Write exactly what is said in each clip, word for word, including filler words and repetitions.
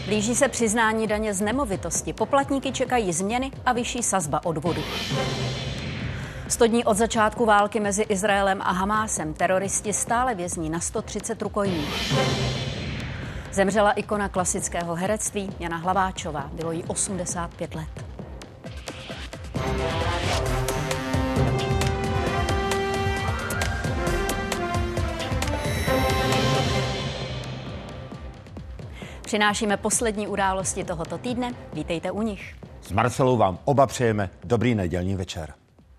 Blíží se přiznání daně z nemovitosti. Poplatníky čekají změny a vyšší sazba odvodu. Sto dní od začátku války mezi Izraelem a Hamásem teroristi stále vězní na sto třicet rukojmí. Zemřela ikona klasického herectví Jana Hlaváčová. Bylo jí osmdesát pět let. Přinášíme poslední události tohoto týdne. Vítejte u nich. S Marcelou vám oba přejeme dobrý nedělní večer.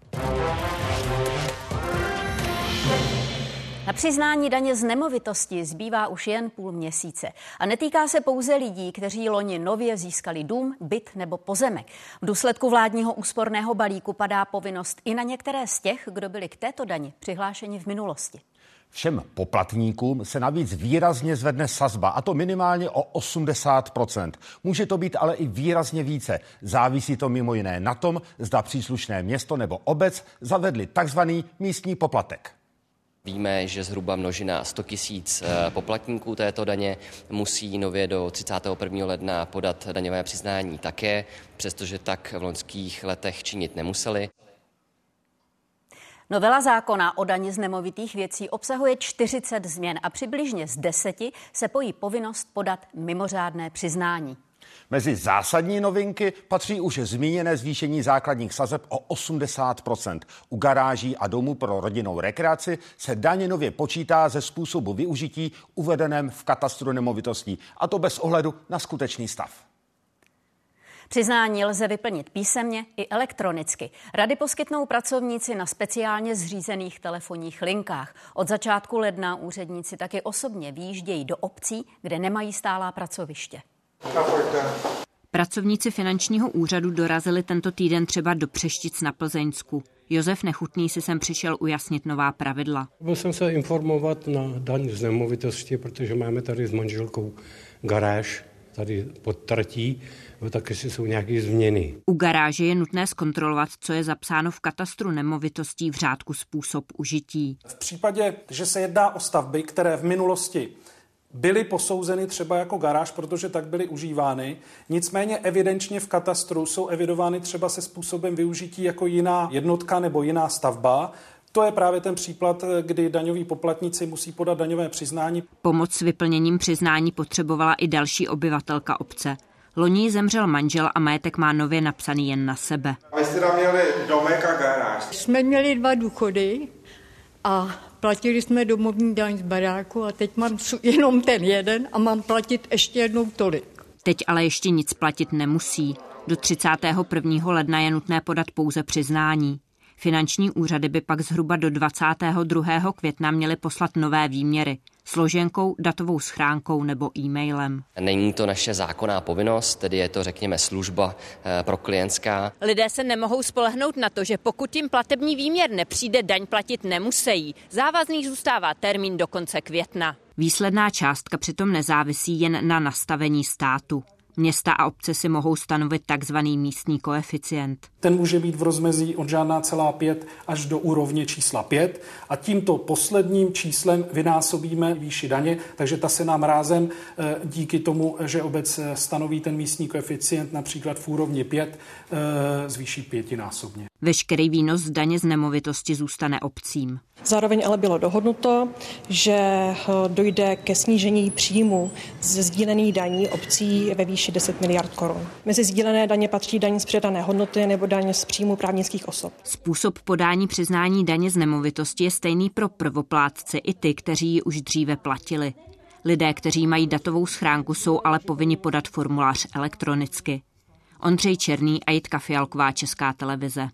Na přiznání daně z nemovitosti zbývá už jen půl měsíce. A netýká se pouze lidí, kteří loni nově získali dům, byt nebo pozemek. V důsledku vládního úsporného balíku padá povinnost i na některé z těch, kdo byli k této dani přihlášeni v minulosti. Všem poplatníkům se navíc výrazně zvedne sazba, a to minimálně o osmdesát procent. Může to být ale i výrazně více. Závisí to mimo jiné na tom, zda příslušné město nebo obec zavedli takzvaný místní poplatek. Víme, že zhruba množina sto tisíc poplatníků této daně musí nově do třicátého prvního ledna podat daňové přiznání také, přestože tak v loňských letech činit nemuseli. Novela zákona o dani z nemovitých věcí obsahuje čtyřicet změn a přibližně z deseti se pojí povinnost podat mimořádné přiznání. Mezi zásadní novinky patří už zmíněné zvýšení základních sazeb o osmdesát procent. U garáží a domů pro rodinnou rekreaci se daň nově počítá ze způsobu využití uvedeném v katastru nemovitostí, a to bez ohledu na skutečný stav. Přiznání lze vyplnit písemně i elektronicky. Rady poskytnou pracovníci na speciálně zřízených telefonních linkách. Od začátku ledna úředníci taky osobně vyjíždějí do obcí, kde nemají stálá pracoviště. Pracovníci finančního úřadu dorazili tento týden třeba do Přeštic na Plzeňsku. Josef Nechutný si sem přišel ujasnit nová pravidla. Byl jsem se informovat na daň z nemovitosti, protože máme tady s manželkou garáž tady pod tratí, tak jestli jsou nějaké změny. U garáže je nutné zkontrolovat, co je zapsáno v katastru nemovitostí v řádku způsob užití. V případě, že se jedná o stavby, které v minulosti byly posouzeny třeba jako garáž, protože tak byly užívány, nicméně evidenčně v katastru jsou evidovány třeba se způsobem využití jako jiná jednotka nebo jiná stavba. To je právě ten případ, kdy daňoví poplatníci musí podat daňové přiznání. Pomoc s vyplněním přiznání potřebovala i další obyvatelka obce. Loni zemřel manžel a majetek má nově napsaný jen na sebe. Vy jste tam měli domek a garáž. Jsme měli dva důchody a platili jsme domovní daň z baráku a teď mám jenom ten jeden a mám platit ještě jednou tolik. Teď ale ještě nic platit nemusí. Do třicátého prvního ledna je nutné podat pouze přiznání. Finanční úřady by pak zhruba do dvacátého druhého května měly poslat nové výměry složenkou, datovou schránkou nebo e-mailem. Není to naše zákonná povinnost, tedy je to, řekněme, služba pro klientská. Lidé se nemohou spolehnout na to, že pokud jim platební výměr nepřijde, daň platit nemusí. Závazný zůstává termín do konce května. Výsledná částka přitom nezávisí jen na nastavení státu. Města a obce si mohou stanovit takzvaný místní koeficient. Ten může být v rozmezí od žádná celá pět až do úrovně čísla pět a tímto posledním číslem vynásobíme výši daně, takže ta se nám rázem díky tomu, že obec stanoví ten místní koeficient například v úrovni pět, zvýší pětinásobně. Veškerý výnos z daně z nemovitosti zůstane obcím. Zároveň ale bylo dohodnuto, že dojde ke snížení příjmu ze sdílených daní obcí ve výši deset miliard korun. Mezi sdílené daně patří daň z přidané hodnoty nebo daň z příjmu právnických osob. Způsob podání přiznání daně z nemovitosti je stejný pro prvoplátce i ty, kteří ji už dříve platili. Lidé, kteří mají datovou schránku, jsou ale povinni podat formulář elektronicky. Ondřej Černý a Jitka Fialková, Česká televize.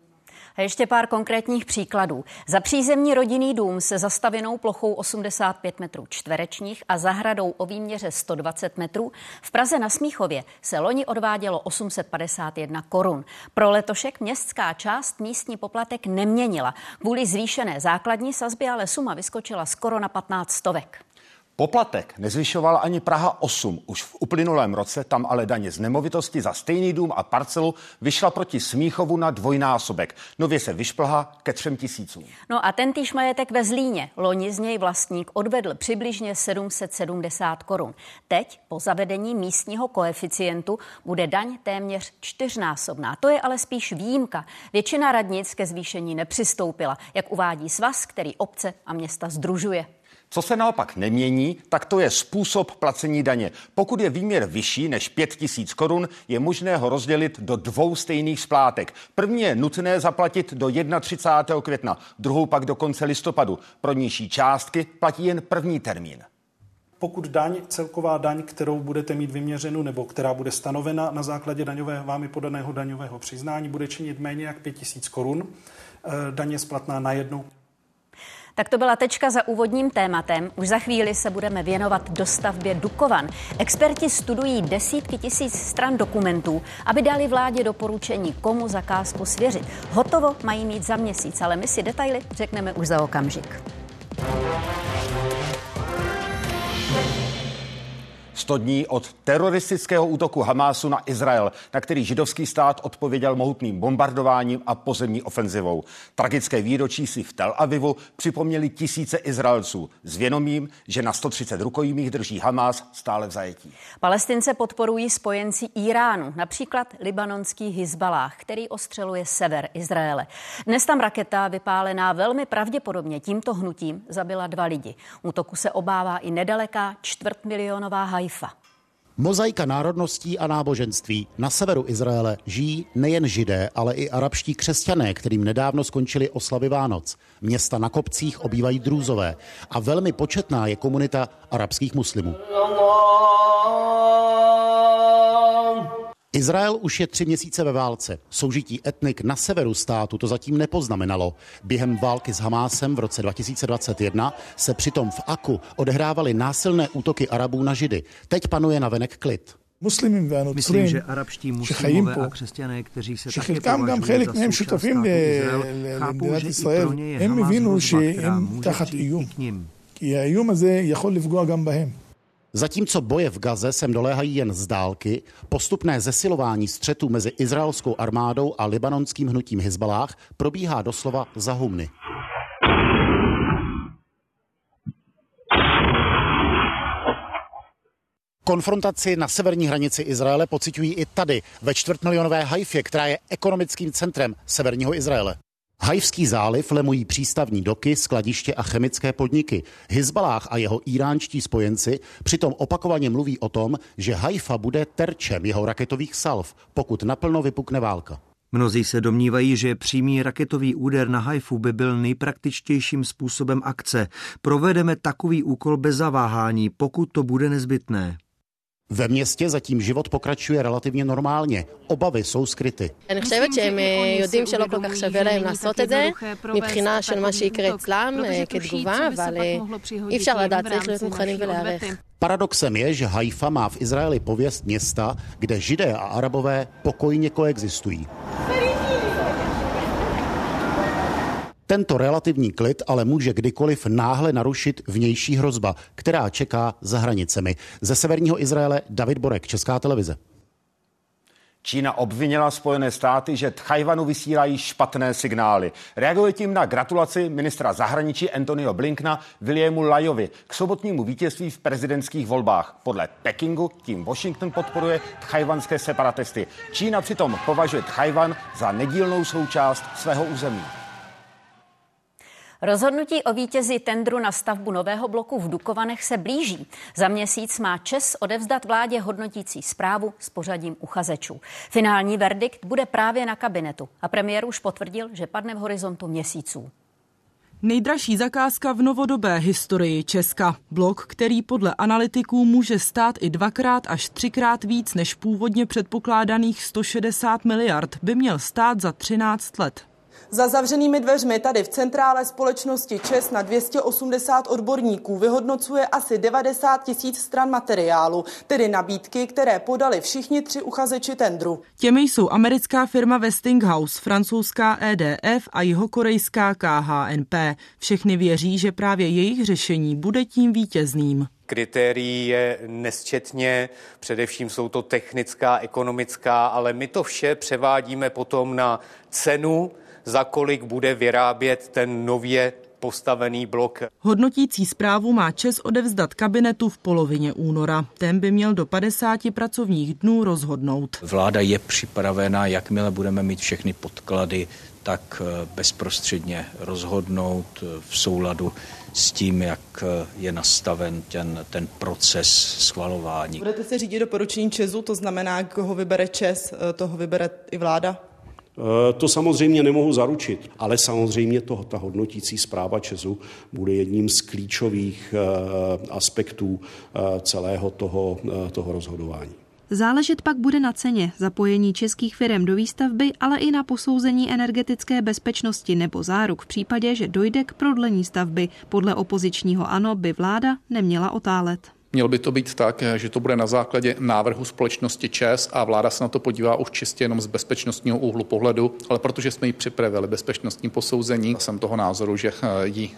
A ještě pár konkrétních příkladů. Za přízemní rodinný dům se zastavěnou plochou osmdesát pět metrů čtverečních a zahradou o výměře sto dvacet metrů v Praze na Smíchově se loni odvádělo osm set padesát jedna korun. Pro letošek městská část místní poplatek neměnila. Kvůli zvýšené základní sazbě ale suma vyskočila skoro na patnáct stovek. Poplatek nezvyšovala ani Praha osm. Už v uplynulém roce tam ale daně z nemovitosti za stejný dům a parcelu vyšla proti Smíchovu na dvojnásobek. Nově se vyšplhá ke třem tisícům. No a tentýž majetek ve Zlíně. Loni z něj vlastník odvedl přibližně sedm set sedmdesát korun. Teď po zavedení místního koeficientu bude daň téměř čtyřnásobná. To je ale spíš výjimka. Většina radnic ke zvýšení nepřistoupila, jak uvádí svaz, který obce a města sdružuje. Co se naopak nemění, tak to je způsob placení daně. Pokud je výměr vyšší než pět tisíc korun, je možné ho rozdělit do dvou stejných splátek. První je nutné zaplatit do třicátého prvního května, druhou pak do konce listopadu. Pro nižší částky platí jen první termín. Pokud daň, celková daň, kterou budete mít vyměřenou nebo která bude stanovena na základě daňové, vámi podaného daňového přiznání, bude činit méně jak pět tisíc korun, daň je splatná najednou. Tak to byla tečka za úvodním tématem. Už za chvíli se budeme věnovat dostavbě Dukovan. Experti studují desítky tisíc stran dokumentů, aby dali vládě doporučení, komu zakázku svěřit. Hotovo mají mít za měsíc, ale my si detaily řekneme už za okamžik. sto dní od teroristického útoku Hamásu na Izrael, na který židovský stát odpověděl mohutným bombardováním a pozemní ofenzivou. Tragické výročí si v Tel Avivu připomněli tisíce Izraelců s vědomím, že na sto třicet rukojmích drží Hamás stále v zajetí. Palestince podporují spojenci Iránu, například libanonský Hizballáh, který ostřeluje sever Izraele. Dnes tam raketa vypálená velmi pravděpodobně tímto hnutím zabila dva lidi. Útoku se obává i nedaleká čtvrtmilionová Haifa. Mozaika národností a náboženství. Na severu Izraele žijí nejen Židé, ale i arabští křesťané, kterým nedávno skončily oslavy Vánoc. Města na kopcích obývají drúzové a velmi početná je komunita arabských muslimů. Izrael už je tři měsíce ve válce. Soužití etnik na severu státu to zatím nepoznamenalo. Během války s Hamásem v roce dva tisíce dvacet jedna se přitom v Aku odehrávaly násilné útoky Arabů na Židy. Teď panuje navenek klid. Myslím, že arabští muslimové a křesťané, kteří se taky považují za součást státu Izrael, chápou, že i pro ně je Hamás hrozba, která může přijít i k nim. Zatímco boje v Gaze sem doléhají jen z dálky, postupné zesilování střetu mezi izraelskou armádou a libanonským hnutím Hizballáh probíhá doslova za humny. Konfrontaci na severní hranici Izraele pociťují i tady, ve čtvrtmilionové Haifě, která je ekonomickým centrem severního Izraele. Haifský záliv lemují přístavní doky, skladiště a chemické podniky. Hizballáh a jeho íránští spojenci přitom opakovaně mluví o tom, že Haifa bude terčem jeho raketových salv, pokud naplno vypukne válka. Mnozí se domnívají, že přímý raketový úder na Haifu by byl nejpraktičtějším způsobem akce. Provedeme takový úkol bez zaváhání, pokud to bude nezbytné. Ve městě zatím život pokračuje relativně normálně. Obavy jsou skryty. אני חושבת שהם יודעים שלא כל כך שווה להם לעשות את זה, מבחינה של מה שיקרה אצלם כתגובה, אבל אי אפשר לדעת, צריך להיות מוכנים ולהיערך. Paradoxem je, že Haifa má v Izraeli pověst města, kde Židé a Arabové pokojně koexistují. Tento relativní klid ale může kdykoliv náhle narušit vnější hrozba, která čeká za hranicemi. Ze severního Izraele David Borek, Česká televize. Čína obvinila Spojené státy, že Tchajwanu vysílají špatné signály. Reaguje tím na gratulaci ministra zahraničí Antonyho Blinkena Williamu Lajovi k sobotnímu vítězství v prezidentských volbách. Podle Pekingu tím Washington podporuje tchajwanské separatisty. Čína přitom považuje Tchajwan za nedílnou součást svého území. Rozhodnutí o vítězi tendru na stavbu nového bloku v Dukovanech se blíží. Za měsíc má ČEZ odevzdat vládě hodnotící zprávu s pořadím uchazečů. Finální verdikt bude právě na kabinetu a premiér už potvrdil, že padne v horizontu měsíců. Nejdražší zakázka v novodobé historii Česka. Blok, který podle analytiků může stát i dvakrát až třikrát víc než původně předpokládaných sto šedesát miliard, by měl stát za třináct let. Za zavřenými dveřmi tady v centrále společnosti ČEZ na dvě stě osmdesát odborníků vyhodnocuje asi devadesát tisíc stran materiálu, tedy nabídky, které podali všichni tři uchazeči tendru. Těmi jsou americká firma Westinghouse, francouzská E D F a jihokorejská K H N P. Všechny věří, že právě jejich řešení bude tím vítězným. kritérií je nesčetně, především jsou to technická, ekonomická, ale my to vše převádíme potom na cenu, za kolik bude vyrábět ten nově postavený blok. Hodnotící zprávu má ČEZ odevzdat kabinetu v polovině února. Ten by měl do padesáti pracovních dnů rozhodnout. Vláda je připravena, jakmile budeme mít všechny podklady, tak bezprostředně rozhodnout v souladu s tím, jak je nastaven ten, ten proces schvalování. Budete se řídit doporučení ČEZu, to znamená, koho vybere ČEZ, toho vybere i vláda? To samozřejmě nemohu zaručit, ale samozřejmě to, ta hodnotící zpráva ČEZu bude jedním z klíčových aspektů celého toho, toho rozhodování. Záležet pak bude na ceně, zapojení českých firem do výstavby, ale i na posouzení energetické bezpečnosti nebo záruk v případě, že dojde k prodlení stavby. Podle opozičního ANO by vláda neměla otálet. Mělo by to být tak, že to bude na základě návrhu společnosti ČEZ a vláda se na to podívá už čistě jenom z bezpečnostního úhlu pohledu, ale protože jsme ji připravili bezpečnostní posouzení, jsem toho názoru, že jí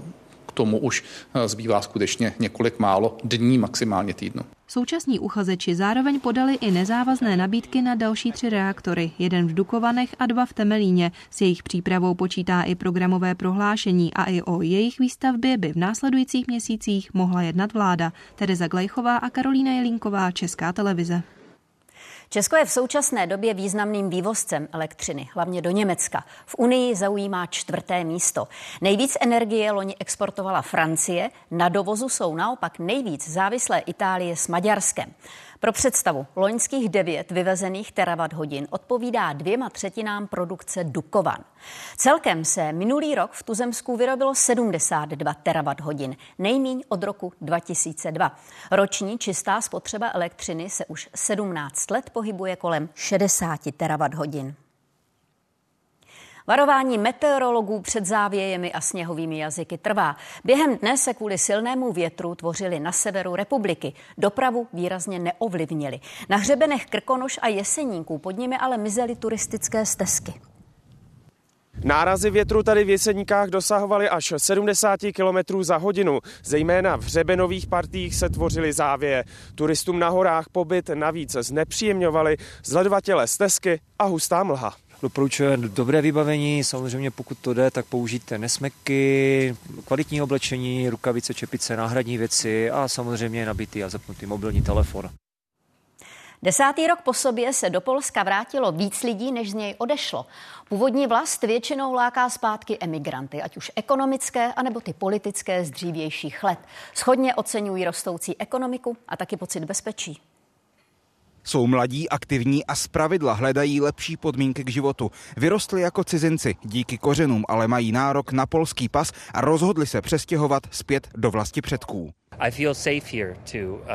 k tomu už zbývá skutečně několik málo dní, maximálně týdnu. Současní uchazeči zároveň podali i nezávazné nabídky na další tři reaktory, jeden v Dukovanech a dva v Temelíně. S jejich přípravou počítá i programové prohlášení a i o jejich výstavbě by v následujících měsících mohla jednat vláda. Tereza Glejchová a Karolína Jelínková, Česká televize. Česko je v současné době významným vývozcem elektřiny, hlavně do Německa. V Unii zaujímá čtvrté místo. Nejvíc energie loni exportovala Francie, na dovozu jsou naopak nejvíc závislé Itálie s Maďarskem. Pro představu, loňských devět vyvezených terawatt hodin odpovídá dvěma třetinám produkce Dukovan. Celkem se minulý rok v tuzemsku vyrobilo sedmdesát dva terawatt hodin, nejmíň od roku dva tisíce dva. Roční čistá spotřeba elektřiny se už sedmnáct let pohybuje kolem šedesát terawatt hodin. Varování meteorologů před závějemi a sněhovými jazyky trvá. Během dne se kvůli silnému větru tvořily na severu republiky. Dopravu výrazně neovlivnily. Na hřebenech Krkonoš a Jeseníků pod nimi ale mizely turistické stezky. Nárazy větru tady v Jeseníkách dosahovaly až sedmdesát kilometrů za hodinu. Zejména v hřebenových partiích se tvořily závěje. Turistům na horách pobyt navíc znepříjemňovaly zledovatělé stezky a hustá mlha. Doporučuje dobré vybavení, samozřejmě pokud to jde, tak použijte nesmeky, kvalitní oblečení, rukavice, čepice, náhradní věci a samozřejmě nabitý a zapnutý mobilní telefon. Desátý rok po sobě se do Polska vrátilo víc lidí, než z něj odešlo. Původní vlast většinou láká zpátky emigranty, ať už ekonomické, anebo ty politické z dřívějších let. Shodně oceňují rostoucí ekonomiku a taky pocit bezpečí. Jsou mladí, aktivní a zpravidla hledají lepší podmínky k životu. Vyrostli jako cizinci, díky kořenům ale mají nárok na polský pas a rozhodli se přestěhovat zpět do vlasti předků. I feel safe here too. Uh...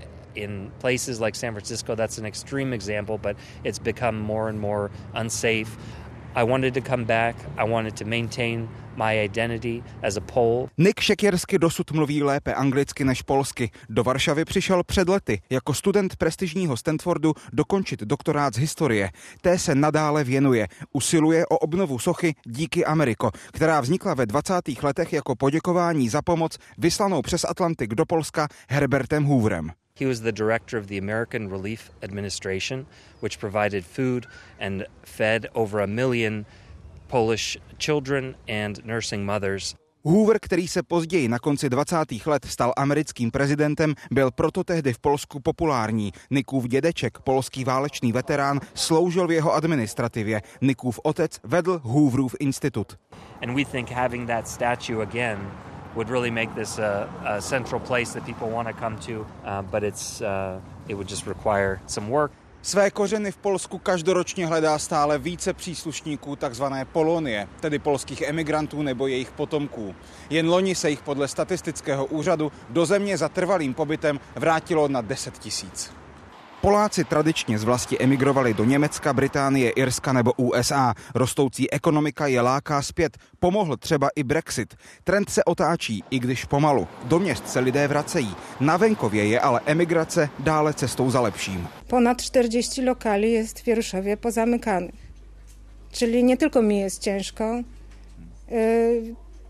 In places like San Francisco, that's an extreme example, but it's become more and more unsafe. I wanted to come back. I wanted to maintain my identity as a Pole. Nick Šekiersky dosud mluví lépe anglicky než polsky. Do Varšavy přišel před lety jako student prestižního Stanfordu dokončit doktorát z historie. Té se nadále věnuje. Usiluje o obnovu sochy Díky Ameriko, která vznikla ve dvacátých letech jako poděkování za pomoc vyslanou přes Atlantik do Polska Herbertem Hooverem. He was the director of the American Relief Administration, which provided food and fed over a million Polish children and nursing mothers. Hoover, který se později na konci dvacátých let stal americkým prezidentem, byl proto tehdy v Polsku populární. Nickův dědeček, polský válečný veterán, sloužil v jeho administrativě. Nickův otec vedl Hooverův institut. And we think having that statue again would really make this a, a central place that people want to come to, uh, but it's uh, it would just require some work. Své kořeny v Polsku každoročně hledá stále více příslušníků takzvané Polonie, tedy polských emigrantů nebo jejich potomků. Jen loni se jich podle statistického úřadu do země za trvalým pobytem vrátilo na deset tisíc. Poláci tradičně z vlasti emigrovali do Německa, Británie, Irska nebo U S A. Rostoucí ekonomika je láká zpět. Pomohl třeba i Brexit. Trend se otáčí, i když pomalu. Do měst se lidé vracejí. Na venkově je ale emigrace dále cestou za lepším. Ponad czterdzieści lokali jest w Wieruszowie pozamykanych. Czyli nie tylko mi jest ciężko.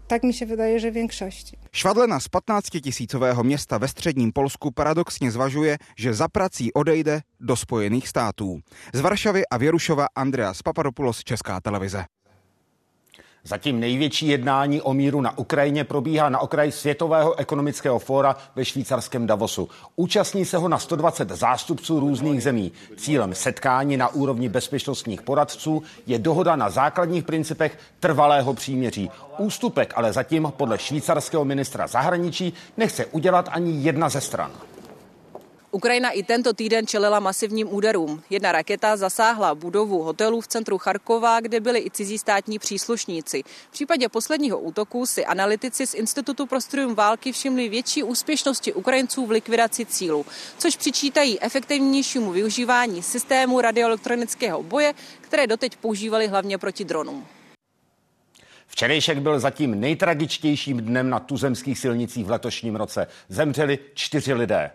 Tak mi się wydaje, że większości. Švadlena z patnáctitisícového města ve středním Polsku paradoxně zvažuje, že za prací odejde do Spojených států. Z Varšavy a Věrušova Andreas Papadopoulos, Česká televize. Zatím největší jednání o míru na Ukrajině probíhá na okraji Světového ekonomického fóra ve švýcarském Davosu. Účastní se ho na sto dvacet zástupců různých zemí. Cílem setkání na úrovni bezpečnostních poradců je dohoda na základních principech trvalého příměří. Ústupek ale zatím podle švýcarského ministra zahraničí nechce udělat ani jedna ze stran. Ukrajina i tento týden čelila masivním úderům. Jedna raketa zasáhla budovu hotelu v centru Charkova, kde byli i cizí státní příslušníci. V případě posledního útoku si analytici z Institutu pro studium války všimli větší úspěšnosti Ukrajinců v likvidaci cílu, což přičítají efektivnějšímu využívání systému radioelektronického boje, které doteď používali hlavně proti dronům. Včerejšek byl zatím nejtragičtějším dnem na tuzemských silnicích v letošním roce. Zemřeli čtyři lidé.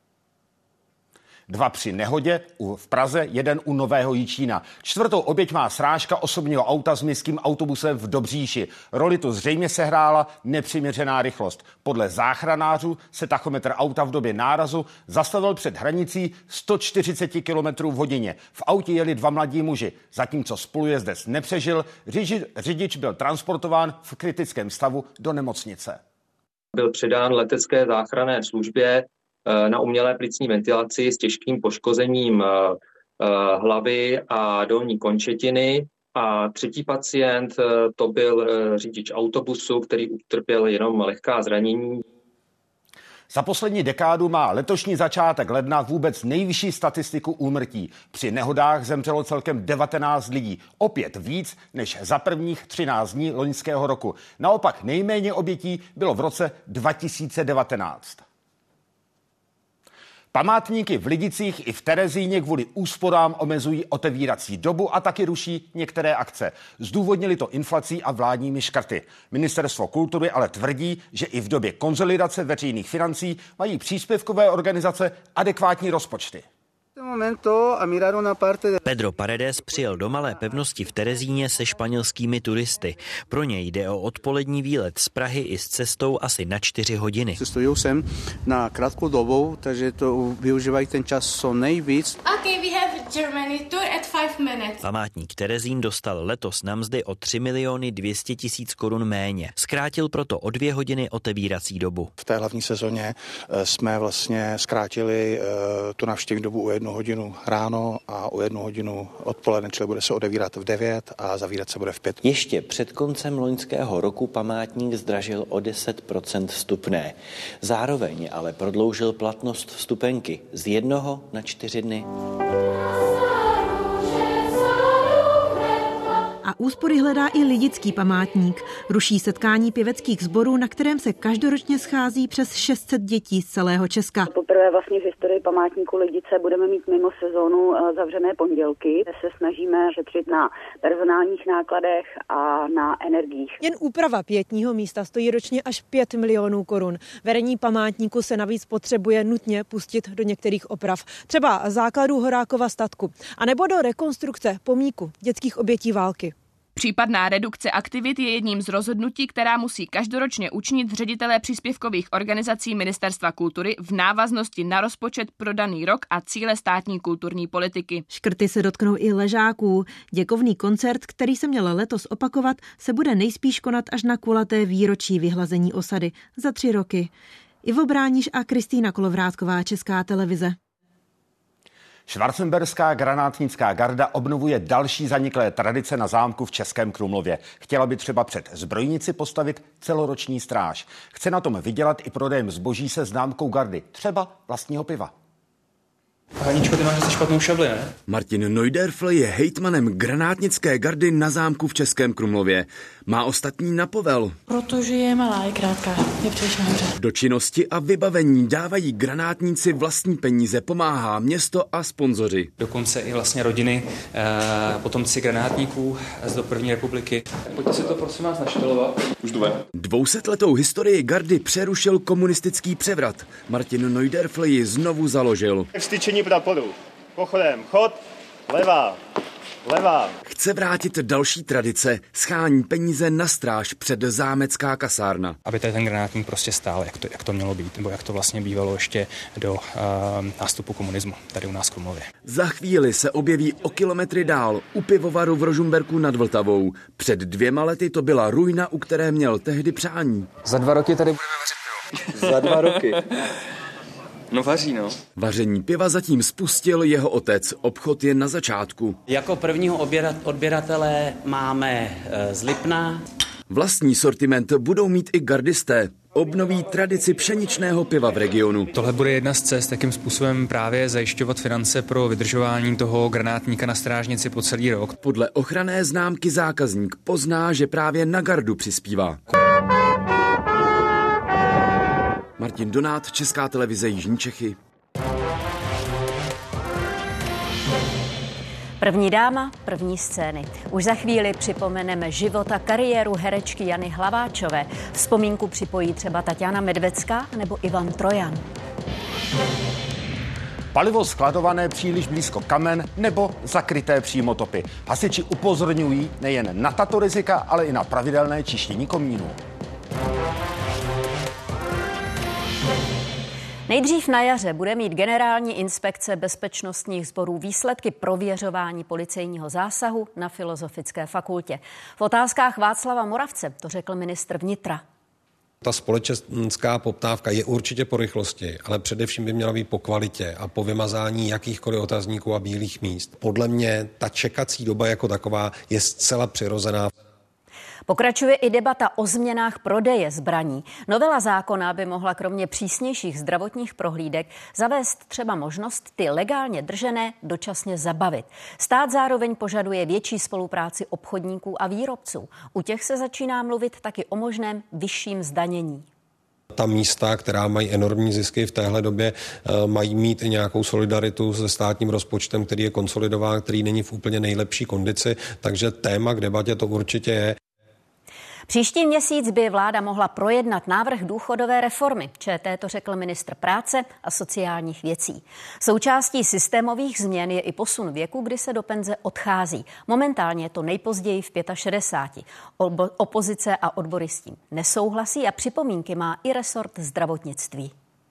Dva při nehodě v Praze, jeden u Nového Jičína. Čtvrtou oběť má srážka osobního auta s městským autobusem v Dobříši. Roli tu zřejmě sehrála nepřiměřená rychlost. Podle záchranářů se tachometr auta v době nárazu zastavil před hranicí sto čtyřicet kilometrů v hodině. V autě jeli dva mladí muži. Zatímco spolujezdec nepřežil, řidič byl transportován v kritickém stavu do nemocnice. Byl předán letecké záchranné službě na umělé plicní ventilaci s těžkým poškozením hlavy a dolní končetiny. A třetí pacient to byl řidič autobusu, který utrpěl jenom lehká zranění. Za poslední dekádu má letošní začátek ledna vůbec nejvyšší statistiku úmrtí. Při nehodách zemřelo celkem devatenáct lidí, opět víc než za prvních třináct dní loňského roku. Naopak nejméně obětí bylo v roce dva tisíce devatenáct. Památníky v Lidicích i v Terezíně kvůli úsporám omezují otevírací dobu a taky ruší některé akce. Zdůvodnili to inflací a vládními škrty. Ministerstvo kultury ale tvrdí, že i v době konsolidace veřejných financí mají příspěvkové organizace adekvátní rozpočty. Pedro Paredes přijel do malé pevnosti v Terezíně se španělskými turisty. Pro něj jde o odpolední výlet z Prahy i s cestou asi na čtyři hodiny. Cestuju sem na krátkou dobu, takže to využívají ten čas co nejvíc. Okay, we have Germany tour at five minutes. Památník Terezín dostal letos na mzdy o tři miliony dvě stě tisíc korun méně. Zkrátil proto o dvě hodiny otevírací dobu. V té hlavní sezóně jsme vlastně zkrátili tu návštěvní dobu o jednu hodinu ráno a o jednu hodinu odpoledne, čili bude se odevírat v devět a zavírat se bude v pět. Ještě před koncem loňského roku památník zdražil o deset procent vstupné. Zároveň ale prodloužil platnost vstupenky z jednoho na čtyři dny. A úspory hledá i lidický památník. Ruší setkání pěveckých sborů, na kterém se každoročně schází přes šest set dětí z celého Česka. Poprvé vlastně v historii památníku Lidice budeme mít mimo sezónu zavřené pondělky. Se snažíme šetřit na personálních nákladech a na energiích. Jen úprava pietního místa stojí ročně až pět milionů korun. Vedení památníku se navíc potřebuje nutně pustit do některých oprav. Třeba základů Horákova statku, anebo do rekonstrukce pomníku dětských obětí války. Případná redukce aktivit je jedním z rozhodnutí, která musí každoročně učinit ředitelé příspěvkových organizací Ministerstva kultury v návaznosti na rozpočet pro daný rok a cíle státní kulturní politiky. Škrty se dotknou i ležáků. Děkovný koncert, který se měl letos opakovat, se bude nejspíš konat až na kulaté výročí vyhlazení osady za tři roky. Ivo Bráníš a Kristýna Kolovrátková, Česká televize. Schwarzenberská granátnická garda obnovuje další zaniklé tradice na zámku v Českém Krumlově. Chtěla by třeba před zbrojnici postavit celoroční stráž. Chce na tom vydělat i prodejem zboží se známkou gardy, třeba vlastního piva. Haničko, ty máš asi špatnou šabli, ne? Martin Neuderfl je hejtmanem granátnické gardy na zámku v Českém Krumlově. Má ostatní na povel. Protože je malá, je krátká, je příliš nahoře. Do činnosti a vybavení dávají granátníci vlastní peníze, pomáhá město a sponzoři. Dokonce i vlastně rodiny, eh, potomci granátníků z do první republiky. Pojďte si to prosím vás naštylovat. Už jdu ven. Dvousetletou historii gardy přerušil komunistický převrat. Martin Neuderfl ji znovu založil. Vstyčení pod podou. Pochodem chod, Levá. Levá. Chce vrátit další tradice, schání peníze na stráž před zámecká kasárna. Aby tady ten granátník prostě stál, jak to, jak to mělo být, nebo jak to vlastně bývalo ještě do uh, nástupu komunismu tady u nás v Krumlově. Za chvíli se objeví o kilometry dál u pivovaru v Rožumberku nad Vltavou. Před dvěma lety to byla ruina, u které měl tehdy přání. Za dva roky tady budeme vařit pivo. Za dva roky. No vaří, no. Vaření piva zatím spustil jeho otec. Obchod je na začátku. Jako prvního odběratele máme z Lipna. Vlastní sortiment budou mít i gardisté. Obnoví tradici pšeničného piva v regionu. Tohle bude jedna z cest, jakým způsobem právě zajišťovat finance pro vydržování toho granátníka na strážnici po celý rok. Podle ochranné známky zákazník pozná, že právě na gardu přispívá. Martin Donát, Česká televize Jižní Čechy. První dáma, první scény. Už za chvíli připomeneme život a kariéru herečky Jany Hlaváčové. Vzpomínku připojí třeba Tatiana Medvecká nebo Ivan Trojan. Palivo skladované příliš blízko kamen nebo zakryté přímotopy. Hasiči upozorňují nejen na tato rizika, ale i na pravidelné čištění komínů. Nejdřív na jaře bude mít Generální inspekce bezpečnostních sborů výsledky prověřování policejního zásahu na Filozofické fakultě. V otázkách Václava Moravce to řekl ministr vnitra. Ta společenská poptávka je určitě po rychlosti, ale především by měla být po kvalitě a po vymazání jakýchkoliv otazníků a bílých míst. Podle mě ta čekací doba jako taková je zcela přirozená. Pokračuje i debata o změnách prodeje zbraní. Novela zákona by mohla kromě přísnějších zdravotních prohlídek zavést třeba možnost ty legálně držené dočasně zabavit. Stát zároveň požaduje větší spolupráci obchodníků a výrobců. U těch se začíná mluvit taky o možném vyšším zdanění. Ta místa, která mají enormní zisky v téhle době, mají mít i nějakou solidaritu se státním rozpočtem, který je konsolidován, který není v úplně nejlepší kondici, takže téma k debatě to určitě je. Příští měsíc by vláda mohla projednat návrh důchodové reformy. ČT to řekl ministr práce a sociálních věcí. Součástí systémových změn je i posun věku, kdy se do penze odchází. Momentálně je to nejpozději v šedesáti pěti. Opozice a odbory s tím nesouhlasí a připomínky má i resort zdravotnictví.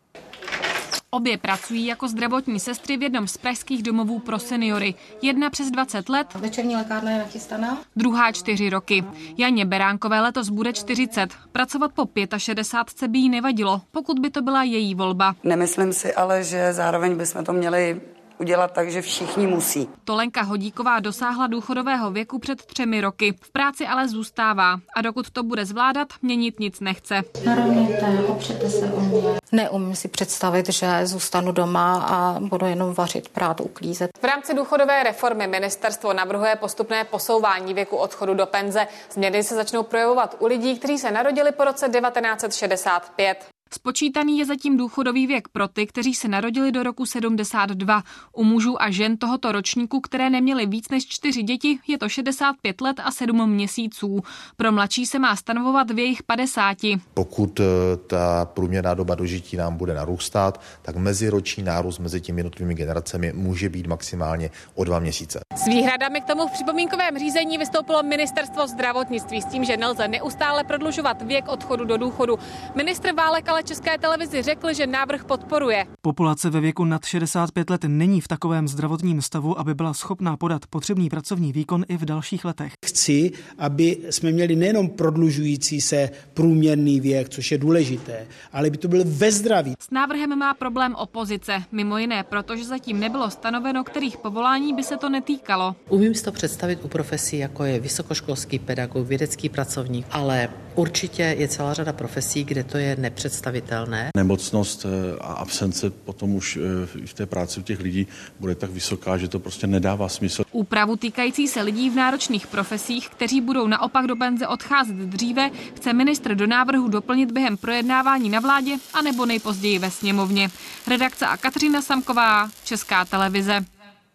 Obě pracují jako zdravotní sestry v jednom z pražských domovů pro seniory. Jedna přes dvacet let, Večerní lékárna je nachystaná. Druhá čtyři roky. Janě Beránkové letos bude čtyřicet. Pracovat po šedesátce pěti by jí nevadilo, pokud by to byla její volba. Nemyslím si ale, že zároveň bychom to měli udělat tak, že všichni musí. To Lenka Hodíková dosáhla důchodového věku před třemi roky. V práci ale zůstává a dokud to bude zvládat, měnit nic nechce. Narovněte, opřete se o mě. Neumím si představit, že zůstanu doma a budu jenom vařit, prát, uklízet. V rámci důchodové reformy ministerstvo navrhuje postupné posouvání věku odchodu do penze. Změny se začnou projevovat u lidí, kteří se narodili po roce devatenáct set šedesát pět. Spočítaný je zatím důchodový věk pro ty, kteří se narodili do roku sedmdesát dva. U mužů a žen tohoto ročníku, které neměly víc než čtyři děti, je to šedesát pět let a sedm měsíců. Pro mladší se má stanovovat v jejich padesáti. Pokud ta průměrná doba dožití nám bude narůstat, tak meziroční nárůst mezi těmi jednotlivými generacemi může být maximálně o dva měsíce. S výhradami k tomu v připomínkovém řízení vystoupilo ministerstvo zdravotnictví s tím, že nelze neustále prodlužovat věk odchodu do důchodu. Ministr Válek ale České televizi řekl, že návrh podporuje. Populace ve věku nad šedesát pět let není v takovém zdravotním stavu, aby byla schopná podat potřebný pracovní výkon i v dalších letech. Chci, aby jsme měli nejenom prodlužující se průměrný věk, což je důležité, ale by to byl ve zdraví. S návrhem má problém opozice, mimo jiné, protože zatím nebylo stanoveno, kterých povolání by se to netýkalo. Umím si to představit u profesí, jako je vysokoškolský pedagog, vědecký pracovník, ale určitě je celá řada profesí, kde to je nepředstavitelné. Nemocnost a absence potom už v té práci u těch lidí bude tak vysoká, že to prostě nedává smysl. Úpravu týkající se lidí v náročných profesích, kteří budou naopak do penze odcházet dříve, chce ministr do návrhu doplnit během projednávání na vládě anebo nejpozději ve sněmovně. Redakce a Kateřina Samková, Česká televize.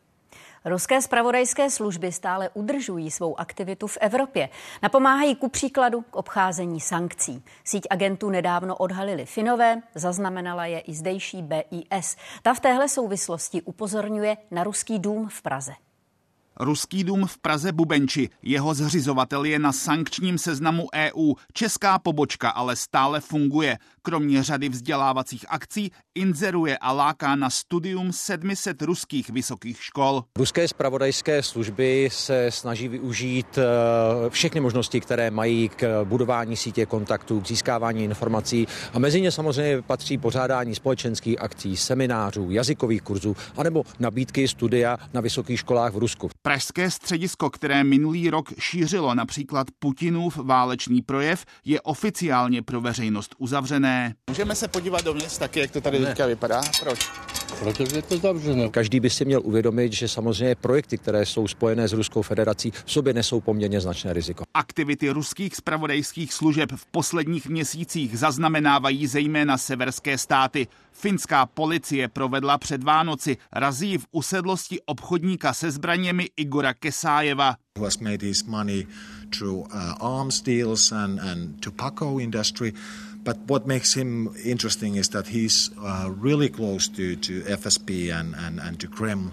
Ruské zpravodajské služby stále udržují svou aktivitu v Evropě. Napomáhají ku příkladu k obcházení sankcí. Síť agentů nedávno odhalili Finové, zaznamenala je i zdejší B I S. Ta v téhle souvislosti upozorňuje na ruský dům v Praze. Ruský dům v Praze Bubenči. Jeho zřizovatel je na sankčním seznamu E U. Česká pobočka ale stále funguje. Kromě řady vzdělávacích akcí inzeruje a láká na studium sedm set ruských vysokých škol. Ruské zpravodajské služby se snaží využít všechny možnosti, které mají k budování sítě kontaktů, k získávání informací a mezi ně samozřejmě patří pořádání společenských akcí, seminářů, jazykových kurzů anebo nabídky studia na vysokých školách v Rusku. Pražské středisko, které minulý rok šířilo například Putinův válečný projev, je oficiálně pro veřejnost uzavřené. Můžeme se podívat dovnitř taky, jak to tady teďka vypadá? Proč? Protože je to zavřené. Každý by si měl uvědomit, že samozřejmě projekty, které jsou spojené s Ruskou federací, v sobě nesou poměrně značné riziko. Aktivity ruských zpravodajských služeb v posledních měsících zaznamenávají zejména severské státy. Finská policie provedla před Vánoci razii v usedlosti obchodníka se zbraněmi Igora Kesájeva. Who has made his money through uh, arms deals and, and tobacco industry. But what makes him interesting is that he's uh, really close to, to F S B and, and, and to Kreml.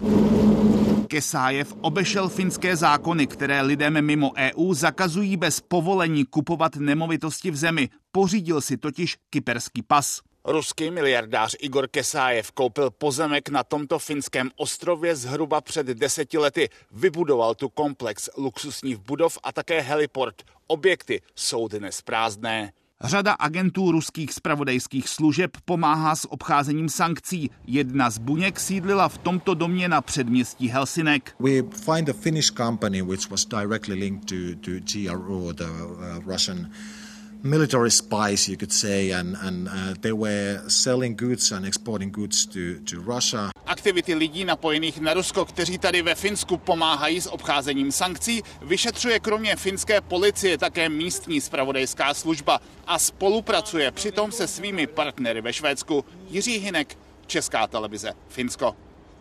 Kesájev obešel finské zákony, které lidem mimo E U zakazují bez povolení kupovat nemovitosti v zemi. Pořídil si totiž kyperský pas. Ruský miliardář Igor Kesájev koupil pozemek na tomto finském ostrově zhruba před deseti lety. Vybudoval tu komplex luxusních budov a také heliport. Objekty jsou dnes prázdné. Řada agentů ruských zpravodajských služeb pomáhá s obcházením sankcí. Jedna z buněk sídlila v tomto domě na předměstí Helsinek. We find a Finnish company which was directly linked to, to G R U, the uh, Russian military spies, you could say, and, and uh, they were selling goods and exporting goods to, to Russia. Aktivity lidí napojených na Rusko, kteří tady ve Finsku pomáhají s obcházením sankcí, vyšetřuje kromě finské policie také místní zpravodajská služba a spolupracuje přitom se svými partnery ve Švédsku. Jiří Hynek, Česká televize, Finsko.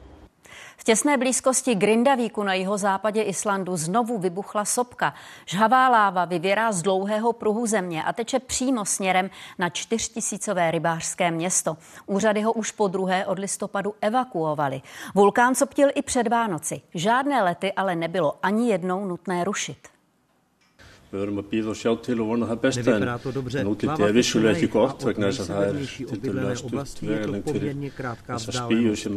V těsné blízkosti Grindavíku na jihozápadě Islandu znovu vybuchla sopka. Žhavá láva vyvěrá z dlouhého pruhu země a teče přímo směrem na čtyřtisícové rybářské město. Úřady ho už po druhé od listopadu evakuovali. Vulkán soptil i před Vánoci. Žádné lety ale nebylo ani jednou nutné rušit. Nevypadá to dobře. Láva teče na jih a od nejsevernější obydlené oblasti je to poměrně krátká vzdálenost.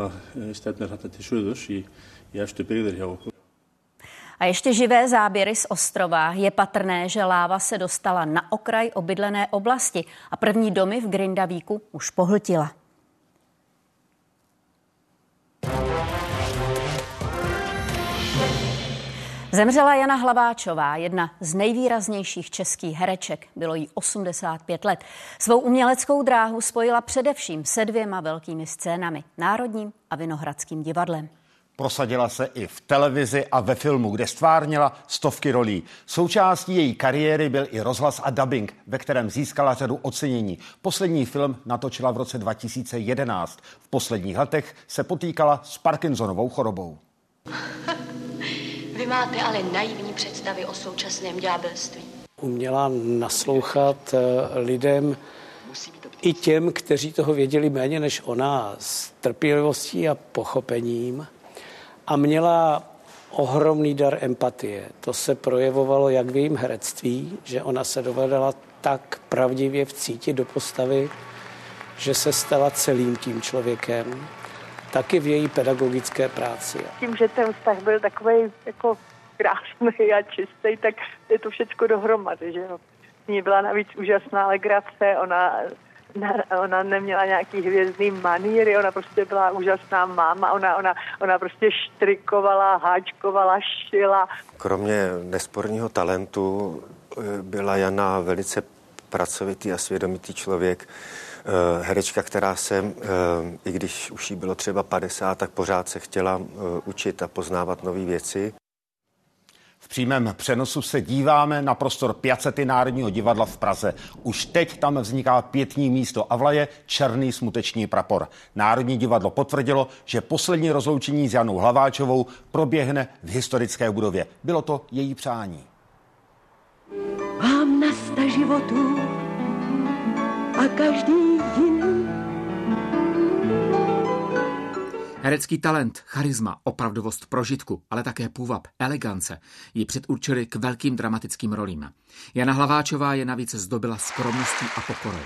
A ještě živé záběry z ostrova. Je patrné, že láva se dostala na okraj obydlené oblasti a první domy v Grindavíku už pohltila. Zemřela Jana Hlaváčová, jedna z nejvýraznějších českých hereček. Bylo jí osmdesát pět let. Svou uměleckou dráhu spojila především se dvěma velkými scénami, Národním a Vinohradským divadlem. Prosadila se i v televizi a ve filmu, kde stvárnila stovky rolí. Součástí její kariéry byl i rozhlas a dabing, ve kterém získala řadu ocenění. Poslední film natočila v roce dva tisíce jedenáct. V posledních letech se potýkala s Parkinsonovou chorobou. Vy máte ale naivní představy o současném ďábelství. Uměla naslouchat lidem, i těm, kteří toho věděli méně než ona, s trpělivostí a pochopením. A měla ohromný dar empatie. To se projevovalo jak v jejím herectví, že ona se dovedala tak pravdivě vcítit do postavy, že se stala celým tím člověkem. Taky v její pedagogické práci. Tím, že ten vztah byl takový jako krásný a čistý, tak je to všecko dohromady, že jo. Mně byla navíc úžasná legrace, ona, ona neměla nějaký hvězdný maníry, ona prostě byla úžasná máma, ona, ona, ona prostě štrikovala, háčkovala, šila. Kromě nesporného talentu byla Jana velice pracovitý a svědomitý člověk. Herečka, která se, i když už jí bylo třeba padesát, tak pořád se chtěla učit a poznávat nové věci. V přímém přenosu se díváme na prostor Piacety Národního divadla v Praze. Už teď tam vzniká pietní místo a vlaje černý smuteční prapor. Národní divadlo potvrdilo, že poslední rozloučení s Janou Hlaváčovou proběhne v historické budově. Bylo to její přání. Mám na sta životů a každý jiný. Herecký talent, charisma, opravdovost prožitku, ale také půvab, elegance ji předurčili k velkým dramatickým rolím. Jana Hlaváčová je navíc zdobila skromností a pokorou.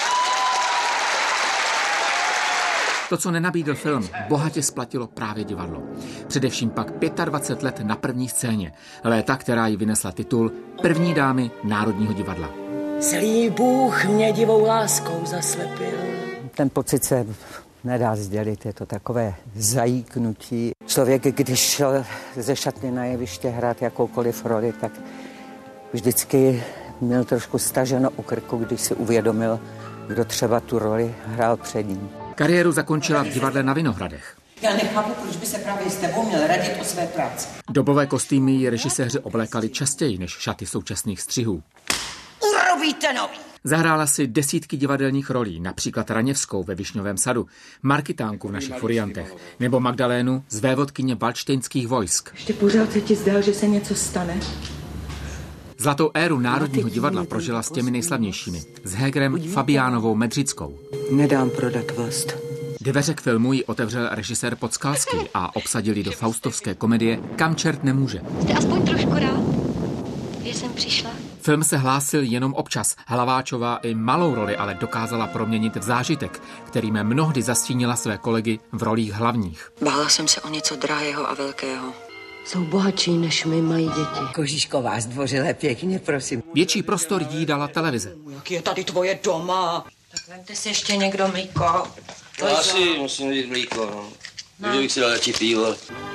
To, co nenabídl film, bohatě splatilo právě divadlo. Především pak dvacet pět let na první scéně. Léta, která jí vynesla titul První dámy Národního divadla. Zlý Bůh mě divou láskou zaslepil. Ten pocit se nedá sdělit, je to takové zajíknutí. Člověk, když šel ze šatny na jeviště hrát jakoukoliv roli, tak vždycky měl trošku staženo u krku, když si uvědomil, kdo třeba tu roli hrál před ním. Kariéru zakončila v divadle na Vinohradech. Já nechápu, proč by se právě s tebou měl radit o své práci. Dobové kostýmy ji režiséři oblékali častěji než šaty současných střihů. Urobíte nový! Zahrála si desítky divadelních rolí, například Raněvskou ve Višňovém sadu, Markitánku v Našich furiantech, nebo Magdalénu z vévodkyně valštejnských vojsk. Ještě pořád se ti zdá, že se něco stane? Zlatou éru Národního divadla prožila s těmi nejslavnějšími. S Hegerem, Fabiánovou, Medřickou. Nedám prodat vlast. Dveře k filmu ji otevřel režisér Podskalský a obsadil ji do faustovské komedie Kam čert nemůže. Jste aspoň trošku rád, že jsem přišla? Film se hlásil jenom občas. Hlaváčová i malou roli ale dokázala proměnit v zážitek, kterým mnohdy zastínila své kolegy v rolích hlavních. Bála jsem se o něco drahého a velkého. Jsou bohatší, než my mají děti. Kožíšková, zdvořile pěkně, prosím. Větší prostor jí dala televize. Jak je tady tvoje doma? Tak vemte si ještě někdo mlíko. Já si musím jít mlíko, no. no. Kdybych si dal radši pivo.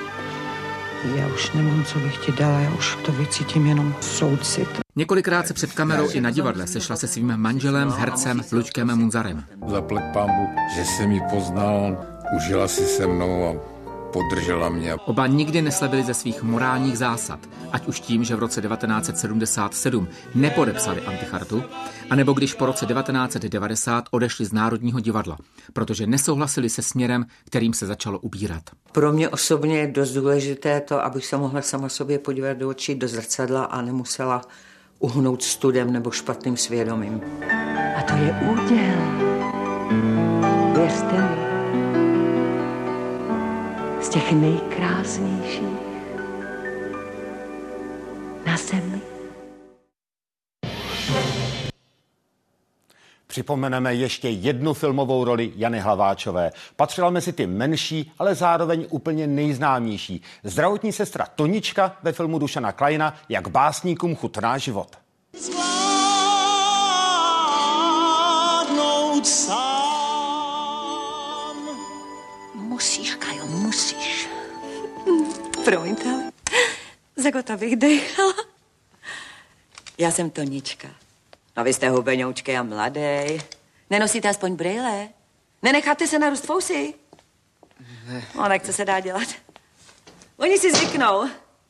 Já už nemám, co bych ti dala, já už to vycítím jenom soucit. Několikrát se před kamerou i na divadle sešla se svým manželem, hercem Luďkem Munzarem. Zaplať pánbu, že jsem ji poznal, užila si se mnou a podržela mě. Oba nikdy neslevili ze svých morálních zásad, ať už tím, že v roce devatenáct set sedmdesát sedm nepodepsali antichartu, anebo když po roce devatenáct set devadesát odešli z Národního divadla, protože nesouhlasili se směrem, kterým se začalo ubírat. Pro mě osobně je dost důležité to, abych se mohla sama sobě podívat do očí, do zrcadla a nemusela uhnout studem nebo špatným svědomím. A to je úděl. Věřte mi. Z těch nejkrásnějších na zemi. Připomeneme ještě jednu filmovou roli Jany Hlaváčové. Patřila mezi ty menší, ale zároveň úplně nejznámější. Zdravotní sestra Tonička ve filmu Dušana Kleina Jak básníkům chutná život. Zvládnout sám. Musíš, Kajo, musíš. Promiňte, ale za kota bych dechala. Já jsem Tonička. No vy jste hubenoučky a mladej. Nenosíte aspoň brýle? Nenecháte se narůst fousy? Ne. No, tak co se dá dělat? Oni si zvyknou.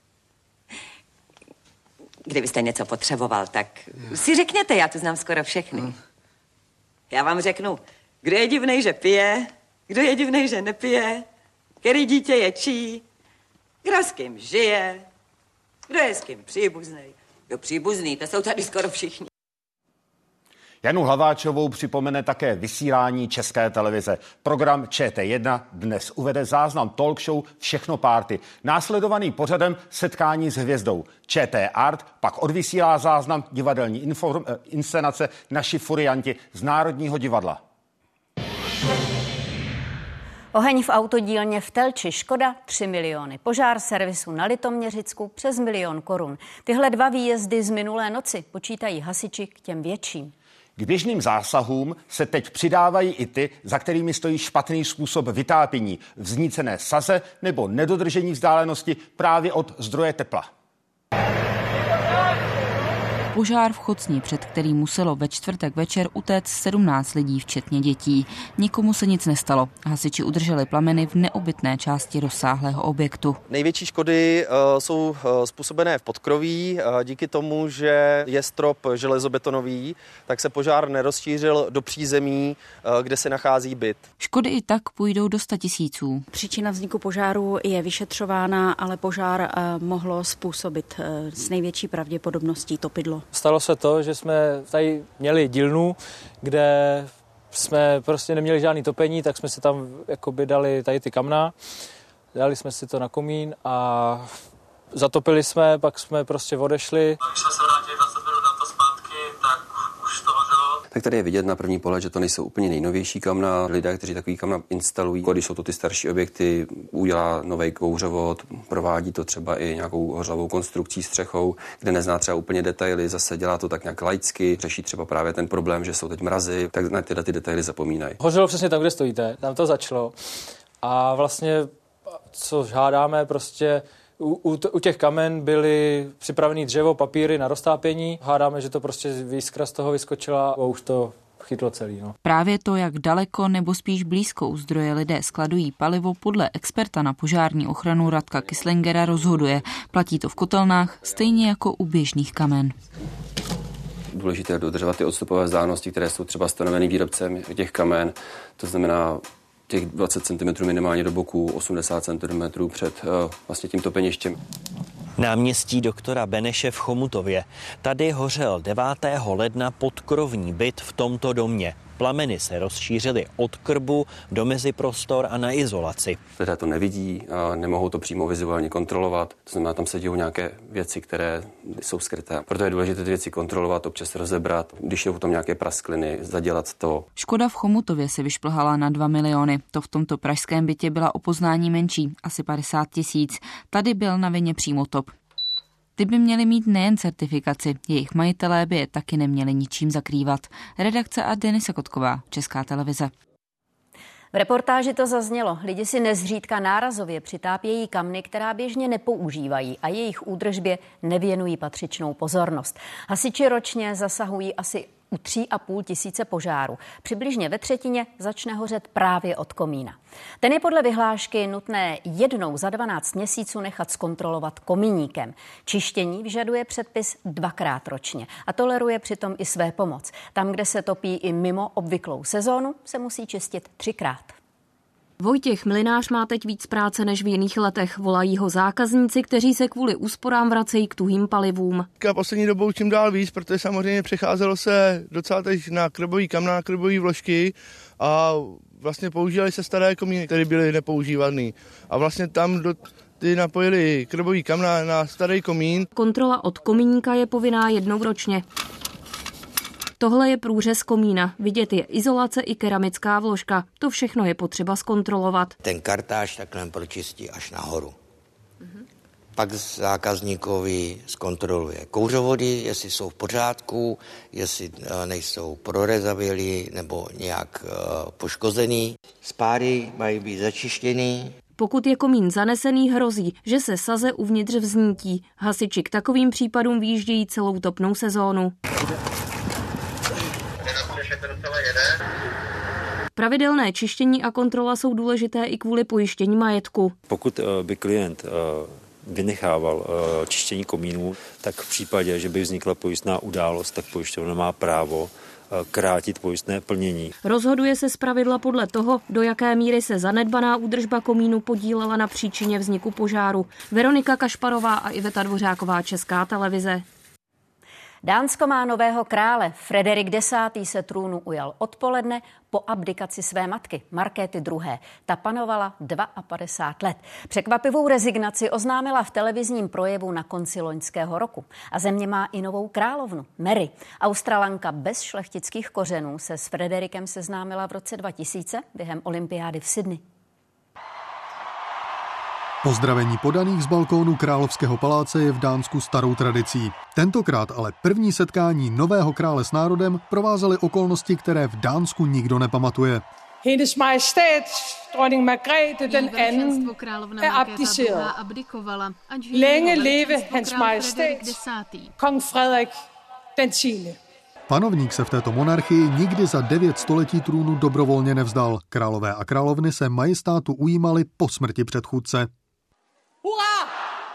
Kdybyste něco potřeboval, tak si řekněte, já tu znám skoro všechny. No. Já vám řeknu, kdo je divnej, že pije, kdo je divnej, že nepije, který dítě je čí, kdo s kým žije, kdo je s kým příbuznej. Kdo příbuzný, to jsou tady skoro všichni. Janu Hlaváčovou připomene také vysílání České televize. Program Č T jedna dnes uvede záznam talk show Všechno party, následovaný pořadem Setkání s hvězdou. Č T Art pak odvysílá záznam divadelní inform, eh, inscenace Naši furianti z Národního divadla. Oheň v autodílně v Telči, škoda tři miliony. Požár servisu na Litoměřicku přes milion korun. Tyhle dva výjezdy z minulé noci počítají hasiči k těm větším. K běžným zásahům se teď přidávají i ty, za kterými stojí špatný způsob vytápění, vznícené saze nebo nedodržení vzdálenosti právě od zdroje tepla. Požár v Chocni, před kterým muselo ve čtvrtek večer utéct sedmnáct lidí, včetně dětí. Nikomu se nic nestalo. Hasiči udrželi plameny v neobytné části rozsáhlého objektu. Největší škody uh, jsou uh, způsobené v podkroví. Uh, díky tomu, že je strop železobetonový, tak se požár nerozšířil do přízemí, uh, kde se nachází byt. Škody i tak půjdou do sta tisíců. Příčina vzniku požáru je vyšetřována, ale požár uh, mohlo způsobit uh, s největší pravděpodobností topidlo. Stalo se to, že jsme tady měli dílnu, kde jsme prostě neměli žádný topení, tak jsme si tam jakoby dali tady ty kamna, dali jsme si to na komín a zatopili jsme, pak jsme prostě odešli. Když jsme se vrátili dvacet minut na to zpátky, tak už to hořelo. Tak tady je vidět na první pohled, že to nejsou úplně nejnovější kamna. Lidé, kteří takový kamna instalují, když jsou to ty starší objekty, udělá nový kouřovod, provádí to třeba i nějakou hořlavou konstrukcí střechou, kde nezná třeba úplně detaily, zase dělá to tak nějak laicky, řeší třeba právě ten problém, že jsou teď mrazy, tak na tyhle ty detaily zapomínají. Hořelo přesně tam, kde stojíte, tam to začalo. A vlastně, co žádáme, prostě U, u, u těch kamen byly připravený dřevo, papíry na roztápění. Hádáme, že to prostě výskra z toho vyskočila a už to chytlo celý. No. Právě to, jak daleko nebo spíš blízko u zdroje lidé skladují palivo, podle experta na požární ochranu Radka Kislingera rozhoduje. Platí to v kotelnách stejně jako u běžných kamen. Důležité je dodržovat ty odstupové vzdálenosti, které jsou třeba stanoveny výrobcem těch kamen. To znamená těch dvacet centimetrů minimálně do boku, osmdesát centimetrů před uh, vlastně tím topeništěm. Náměstí doktora Beneše v Chomutově. Tady hořel devátého ledna podkrovní byt v tomto domě. Plameny se rozšířily od krbu do meziprostor a na izolaci. Lidé to nevidí, nemohou to přímo vizuálně kontrolovat, to znamená, tam se dějou nějaké věci, které jsou skryté. Proto je důležité ty věci kontrolovat, občas rozebrat, když jsou tam nějaké praskliny, zadělat to. Škoda v Chomutově se vyšplhala na dva miliony. To v tomto pražském bytě byla o poznání menší, asi padesát tisíc. Tady byl na vině přímo top. Ty by měly mít nejen certifikaci, jejich majitelé by je taky neměli ničím zakrývat. Redakce a Denisa Kotková, Česká televize. V reportáži to zaznělo. Lidi si nezřídka nárazově přitápějí kamny, která běžně nepoužívají a jejich údržbě nevěnují patřičnou pozornost. Hasiči ročně zasahují asi u tří a půl tisíce požárů. Přibližně ve třetině začne hořet právě od komína. Ten je podle vyhlášky nutné jednou za dvanáct měsíců nechat zkontrolovat komíníkem. Čištění vyžaduje předpis dvakrát ročně a toleruje přitom i své pomoc. Tam, kde se topí i mimo obvyklou sezónu, se musí čistit třikrát. Vojtěch Mlynář má teď víc práce než v jiných letech. Volají ho zákazníci, kteří se kvůli úsporám vracejí k tuhým palivům. Poslední dobou čím dál víc, protože samozřejmě přecházelo se docela teď na krbový kamna, na krbový vložky a vlastně používaly se staré komíny, které byly nepoužívané. A vlastně tam do, ty napojili krbový kamna na starý komín. Kontrola od komíníka je povinná jednou ročně. Tohle je průřez komína. Vidět je izolace i keramická vložka. To všechno je potřeba zkontrolovat. Ten kartáž takhle pročistí až nahoru. Mm-hmm. Pak zákazníkovi zkontroluje kouřovody, jestli jsou v pořádku, jestli nejsou prorezavělí nebo nějak uh, poškozený. Spáry mají být začištěný. Pokud je komín zanesený, hrozí, že se saze uvnitř vznítí. Hasiči k takovým případům vyjíždějí celou topnou sezónu. Pravidelné čištění a kontrola jsou důležité i kvůli pojištění majetku. Pokud by klient vynechával čištění komínů, tak v případě, že by vznikla pojistná událost, tak pojišťovna má právo krátit pojistné plnění. Rozhoduje se zpravidla podle toho, do jaké míry se zanedbaná údržba komínu podílela na příčině vzniku požáru. Veronika Kašparová a Iveta Dvořáková, Česká televize. Dánsko má nového krále. Frederik desátý se trůnu ujal odpoledne po abdikaci své matky, Markéty druhé. Ta panovala padesát dva let. Překvapivou rezignaci oznámila v televizním projevu na konci loňského roku. A země má i novou královnu, Mary. Australanka bez šlechtických kořenů se s Frederikem seznámila v roce dva tisíce během olympiády v Sydney. Pozdravení podaných z balkónu Královského paláce je v Dánsku starou tradicí. Tentokrát ale první setkání nového krále s národem provázely okolnosti, které v Dánsku nikdo nepamatuje. Hendes Majestät dronning Margrethe den anden er abdiceret. Længe leve Hans Majestät kong Frederik den tiende. Panovník se v této monarchii nikdy za devět století trůnu dobrovolně nevzdal. Králové a královny se majestátu ujímali po smrti předchůdce. Hurra!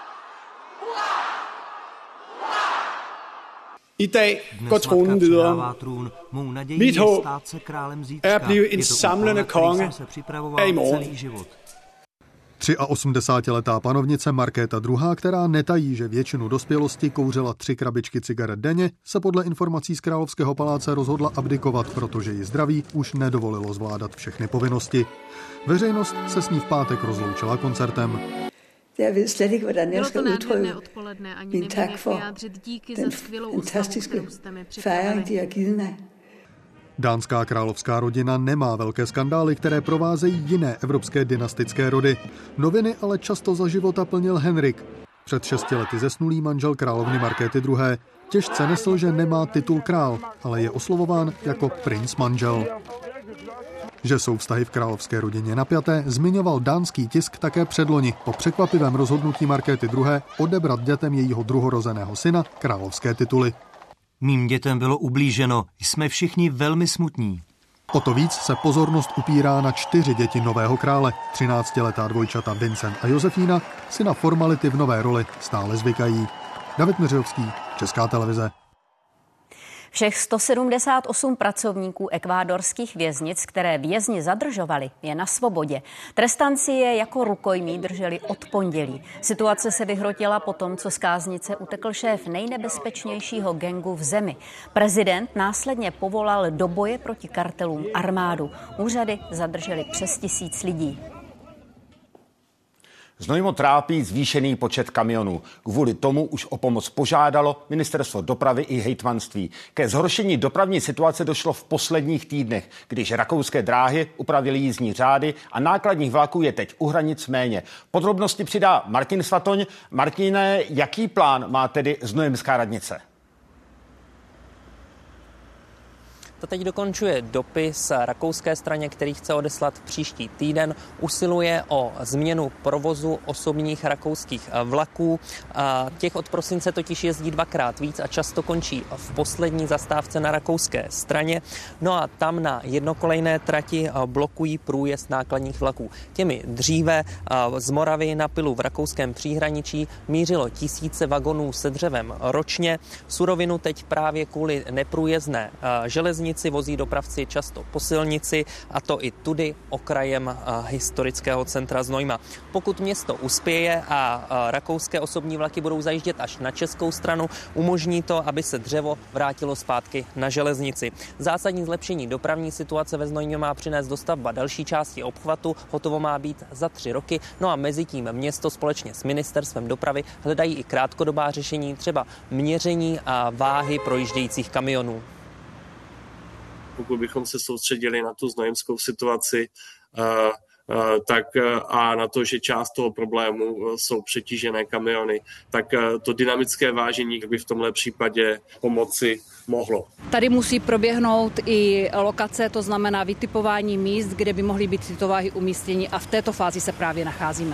I dag går tronen videre. Mit håb er at blive en samlende konge af i morgen. osmdesátiletá panovnice Markéta druhá., která netají, že většinu dospělosti kouřila tři krabičky cigaret denně, se podle informací z Královského paláce rozhodla abdikovat, protože ji zdraví už nedovolilo zvládat všechny povinnosti. Veřejnost se s ní v pátek rozloučila koncertem. Jeg ved slet ikke, hvordan jeg skal udtrykke odpoledne, min tak for den fantastiske fejring, de har givet mig. Dánská královská rodina nemá velké skandály, které provázejí jiné evropské dynastické rody. Noviny ale často za života plnil Henrik. Před šesti lety zesnulý manžel královny Markéty druhé. Těžce nesl, že nemá titul král, ale je oslovován jako princ manžel. Že jsou vztahy v královské rodině napjaté, zmiňoval dánský tisk také předloni po překvapivém rozhodnutí Markéty druhé. odebrat dětem jejího druhorozeného syna královské tituly. Mým dětem bylo ublíženo, jsme všichni velmi smutní. O to víc se pozornost upírá na čtyři děti nového krále. třináctiletá dvojčata Vincent a Josefína si na formality v nové roli stále zvykají. David Miřovský, Česká televize. Všech sto sedmdesát osm pracovníků ekvádorských věznic, které vězni zadržovali, je na svobodě. Trestanci je jako rukojmí drželi od pondělí. Situace se vyhrotila po tom, co z káznice utekl šéf nejnebezpečnějšího gangu v zemi. Prezident následně povolal do boje proti kartelům armádu. Úřady zadrželi přes tisíc lidí. Znojmo trápí zvýšený počet kamionů. Kvůli tomu už o pomoc požádalo Ministerstvo dopravy i hejtmanství. Ke zhoršení dopravní situace došlo v posledních týdnech, když rakouské dráhy upravily jízdní řády a nákladních vlaků je teď u hranic méně. Podrobnosti přidá Martin Svatoň. Martine, jaký plán má tedy znojemská radnice? To teď dokončuje dopis rakouské straně, který chce odeslat příští týden. Usiluje o změnu provozu osobních rakouských vlaků. Těch od prosince totiž jezdí dvakrát víc a často končí v poslední zastávce na rakouské straně. No a tam na jednokolejné trati blokují průjezd nákladních vlaků. Těmi dříve z Moravy na Pilu v rakouském příhraničí mířilo tisíce vagonů se dřevem ročně. Surovinu teď právě kvůli neprůjezdné železnici vozí dopravci často po silnici, a to i tudy okrajem historického centra Znojma. Pokud město uspěje a rakouské osobní vlaky budou zajíždět až na českou stranu, umožní to, aby se dřevo vrátilo zpátky na železnici. Zásadní zlepšení dopravní situace ve Znojmě má přinést dostavba další části obchvatu, hotovo má být za tři roky, no a mezi tím město společně s Ministerstvem dopravy hledají i krátkodobá řešení, třeba měření a váhy projíždějících kamionů. Pokud bychom se soustředili na tu znojemskou situaci, tak a na to, že část toho problému jsou přetížené kamiony, tak to dynamické vážení by v tomhle případě pomoci mohlo. Tady musí proběhnout i lokace, to znamená vytipování míst, kde by mohly být tyto váhy umístěny, a v této fázi se právě nacházíme.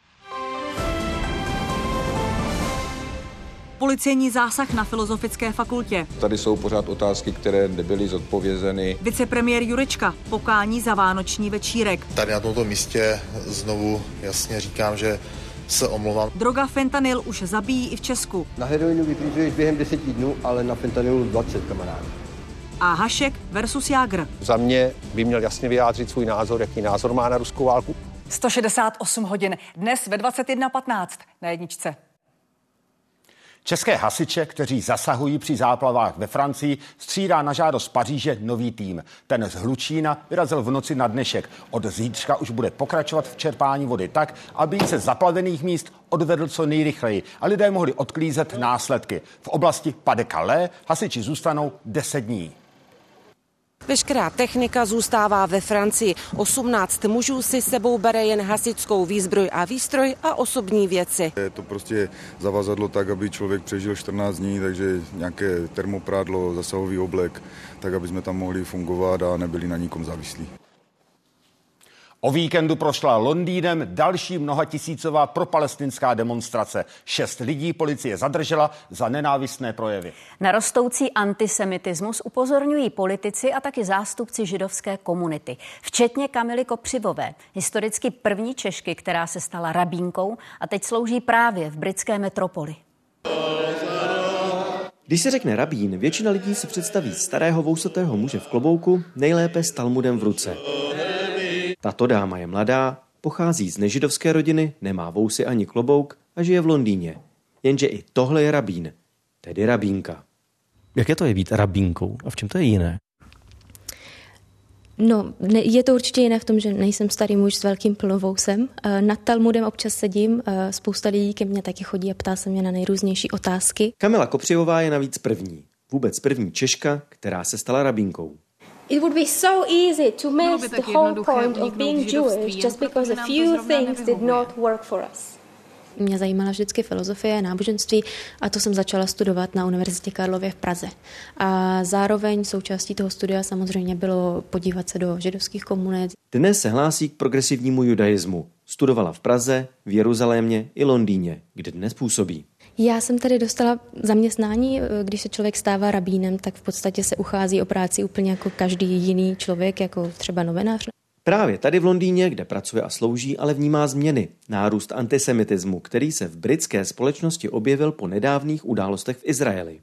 Policejní zásah na Filozofické fakultě. Tady jsou pořád otázky, které nebyly zodpovězeny. Vicepremiér Jurečka, pokání za vánoční večírek. Tady na tomto místě znovu jasně říkám, že se omlouvám. Droga fentanyl už zabíjí i v Česku. Na heroinu vypřížuješ během deseti dnů, ale na fentanylu dvacet, kamarád. A Hašek versus Jágr. Za mě by měl jasně vyjádřit svůj názor, jaký názor má na ruskou válku. sto šedesát osm hodin, dnes ve dvacet jedna patnáct na jedničce. České hasiče, kteří zasahují při záplavách ve Francii, střídá na žádost Paříže nový tým. Ten z Hlučína vyrazil v noci na dnešek. Od zítřka už bude pokračovat v čerpání vody tak, aby se zaplavených míst odvedl co nejrychleji a lidé mohli odklízet následky. V oblasti Pas-de-Calais hasiči zůstanou deset dní. Veškerá technika zůstává ve Francii. osmnáct mužů si sebou bere jen hasičskou výzbroj a výstroj a osobní věci. Je to prostě zavazadlo tak, aby člověk přežil čtrnáct dní, takže nějaké termoprádlo, zasahový oblek, tak aby jsme tam mohli fungovat a nebyli na nikom závislí. O víkendu prošla Londýnem další mnohatisícová propalestinská demonstrace. Šest lidí policie zadržela za nenávistné projevy. Na rostoucí antisemitismus upozorňují politici a taky zástupci židovské komunity, včetně Kamily Kopřivové, historicky první Češky, která se stala rabínkou a teď slouží právě v britské metropoli. Když se řekne rabín, většina lidí si představí starého vousatého muže v klobouku, nejlépe s talmudem v ruce. Tato dáma je mladá, pochází z nežidovské rodiny, nemá vousy ani klobouk a žije v Londýně. Jenže i tohle je rabín, tedy rabínka. Jaké to je být rabínkou a v čem to je jiné? No, ne, je to určitě jiné v tom, že nejsem starý muž s velkým plnovousem. Nad Talmudem občas sedím, spousta lidí ke mně taky chodí a ptá se mě na nejrůznější otázky. Kamila Kopřivová je navíc první. Vůbec první Češka, která se stala rabínkou. It would be so easy to miss the whole point of being Jewish just because a few things did not work for us. Mě zajímala vždycky filozofie, náboženství a to jsem začala studovat na Univerzitě Karlově v Praze. A zároveň součástí toho studia samozřejmě bylo podívat se do židovských komunit. Dnes se hlásí k progresivnímu judaismu. Studovala v Praze, v Jeruzalémě i Londýně, kde dnes působí. Já jsem tady dostala zaměstnání, když se člověk stává rabínem, tak v podstatě se uchází o práci úplně jako každý jiný člověk, jako třeba novinář. Právě tady v Londýně, kde pracuje a slouží, ale vnímá změny. Nárůst antisemitismu, který se v britské společnosti objevil po nedávných událostech v Izraeli.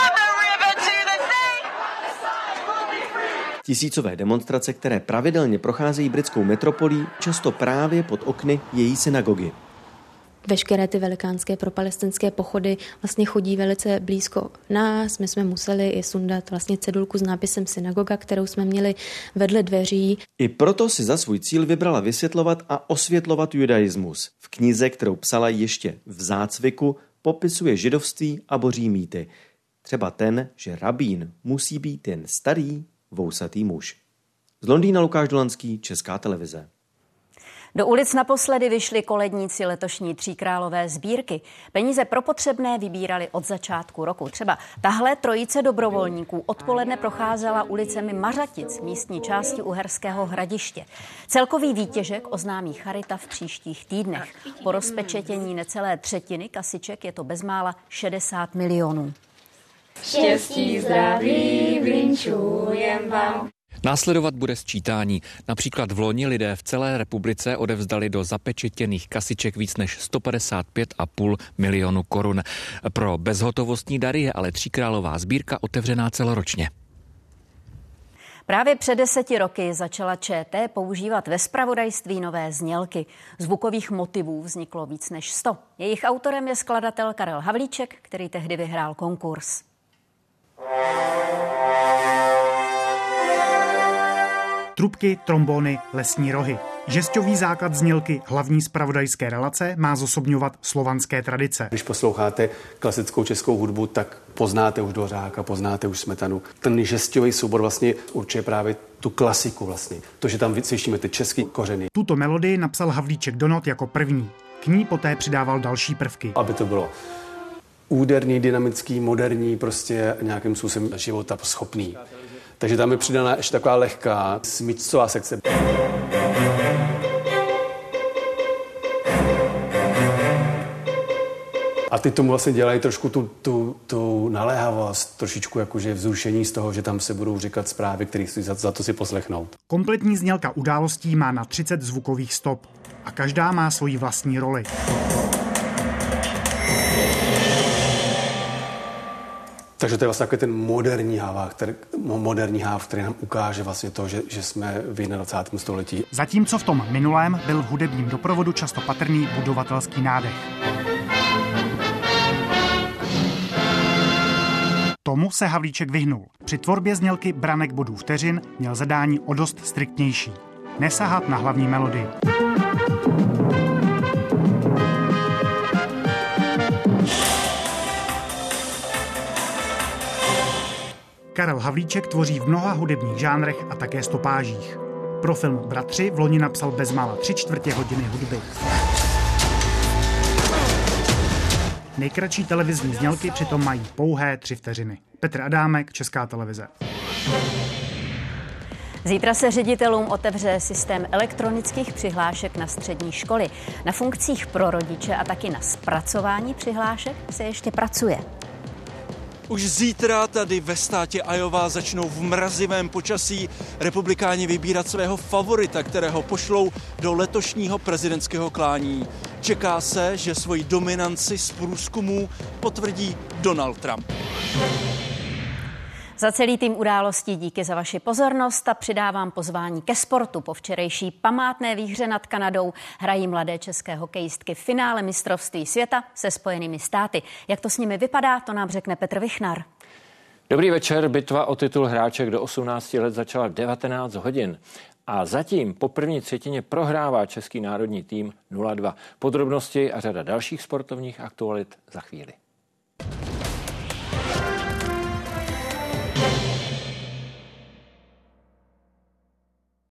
Tisícové demonstrace, které pravidelně procházejí britskou metropolí, často právě pod okny její synagogy. Veškeré ty velikánské propalestinské pochody vlastně chodí velice blízko nás. My jsme museli i sundat vlastně cedulku s nápisem synagoga, kterou jsme měli vedle dveří. I proto si za svůj cíl vybrala vysvětlovat a osvětlovat judaismus. V knize, kterou psala ještě v zácviku, popisuje židovství a boří mýty. Třeba ten, že rabín musí být jen starý, vousatý muž. Z Londýna Lukáš Dolanský, Česká televize. Do ulic naposledy vyšli koledníci letošní tříkrálové sbírky. Peníze pro potřebné vybírali od začátku roku. Třeba tahle trojice dobrovolníků odpoledne procházela ulicemi Mařatic, místní části Uherského Hradiště. Celkový výtěžek oznámí charita v příštích týdnech. Po rozpečetění necelé třetiny kasiček je to bezmála šedesát milionů. Štěstí, zdraví, vinčujem vám. Následovat bude sčítání. Například v loni lidé v celé republice odevzdali do zapečetěných kasiček víc než sto padesát pět a půl milionu korun. Pro bezhotovostní dary je ale tříkrálová sbírka otevřená celoročně. Právě před deseti roky začala ČT používat ve zpravodajství nové znělky. Zvukových motivů vzniklo víc než sto. Jejich autorem je skladatel Karel Havlíček, který tehdy vyhrál konkurs. Trubky, trombóny, lesní rohy. Žesťový základ znělky hlavní zpravodajské relace má zosobňovat slovanské tradice. Když posloucháte klasickou českou hudbu, tak poznáte už Dvořáka, poznáte už Smetanu. Ten žesťový soubor vlastně určuje právě tu klasiku vlastně. To, že tam slyšíme ty české kořeny. Tuto melodii napsal Havlíček do not jako první. K ní poté přidával další prvky. Aby to bylo úderný, dynamický, moderní, prostě nějakým způsobem života schopný. Takže tam je přidaná ještě taková lehká smyčcová sekce. A ty tomu vlastně dělají trošku tu, tu, tu naléhavost, trošičku jakože vzrušení z toho, že tam se budou říkat zprávy, které si za, za to si poslechnout. Kompletní znělka událostí má na třicet zvukových stop a každá má svoji vlastní roli. Takže to je vlastně takový ten moderní háv, který, moderní háv, který nám ukáže vlastně to, že, že jsme v dvacátém prvním století. Zatímco v tom minulém byl v hudebním doprovodu často patrný budovatelský nádech. Tomu se Havlíček vyhnul. Při tvorbě znělky Branek bodů vteřin měl zadání o dost striktnější. Nesahat na hlavní melodii. Karel Havlíček tvoří v mnoha hudebních žánrech a také stopážích. Pro film Bratři v loni napsal bezmála tři čtvrtě hodiny hudby. Nejkratší televizní znělky přitom mají pouhé tři vteřiny. Petr Adámek, Česká televize. Zítra se ředitelům otevře systém elektronických přihlášek na střední školy. Na funkcích pro rodiče a taky na zpracování přihlášek se ještě pracuje. Už zítra tady ve státě Iowa začnou v mrazivém počasí republikáni vybírat svého favorita, kterého pošlou do letošního prezidentského klání. Čeká se, že svoji dominanci z průzkumů potvrdí Donald Trump. Za celý tým Událostí díky za vaši pozornost a přidávám pozvání ke sportu. Po včerejší památné výhře nad Kanadou hrají mladé české hokejistky v finále mistrovství světa se Spojenými státy. Jak to s nimi vypadá, to nám řekne Petr Vichnar. Dobrý večer, bitva o titul hráček do osmnácti let začala devatenáct hodin. A zatím po první třetině prohrává český národní tým nula dva. Podrobnosti a řada dalších sportovních aktualit za chvíli.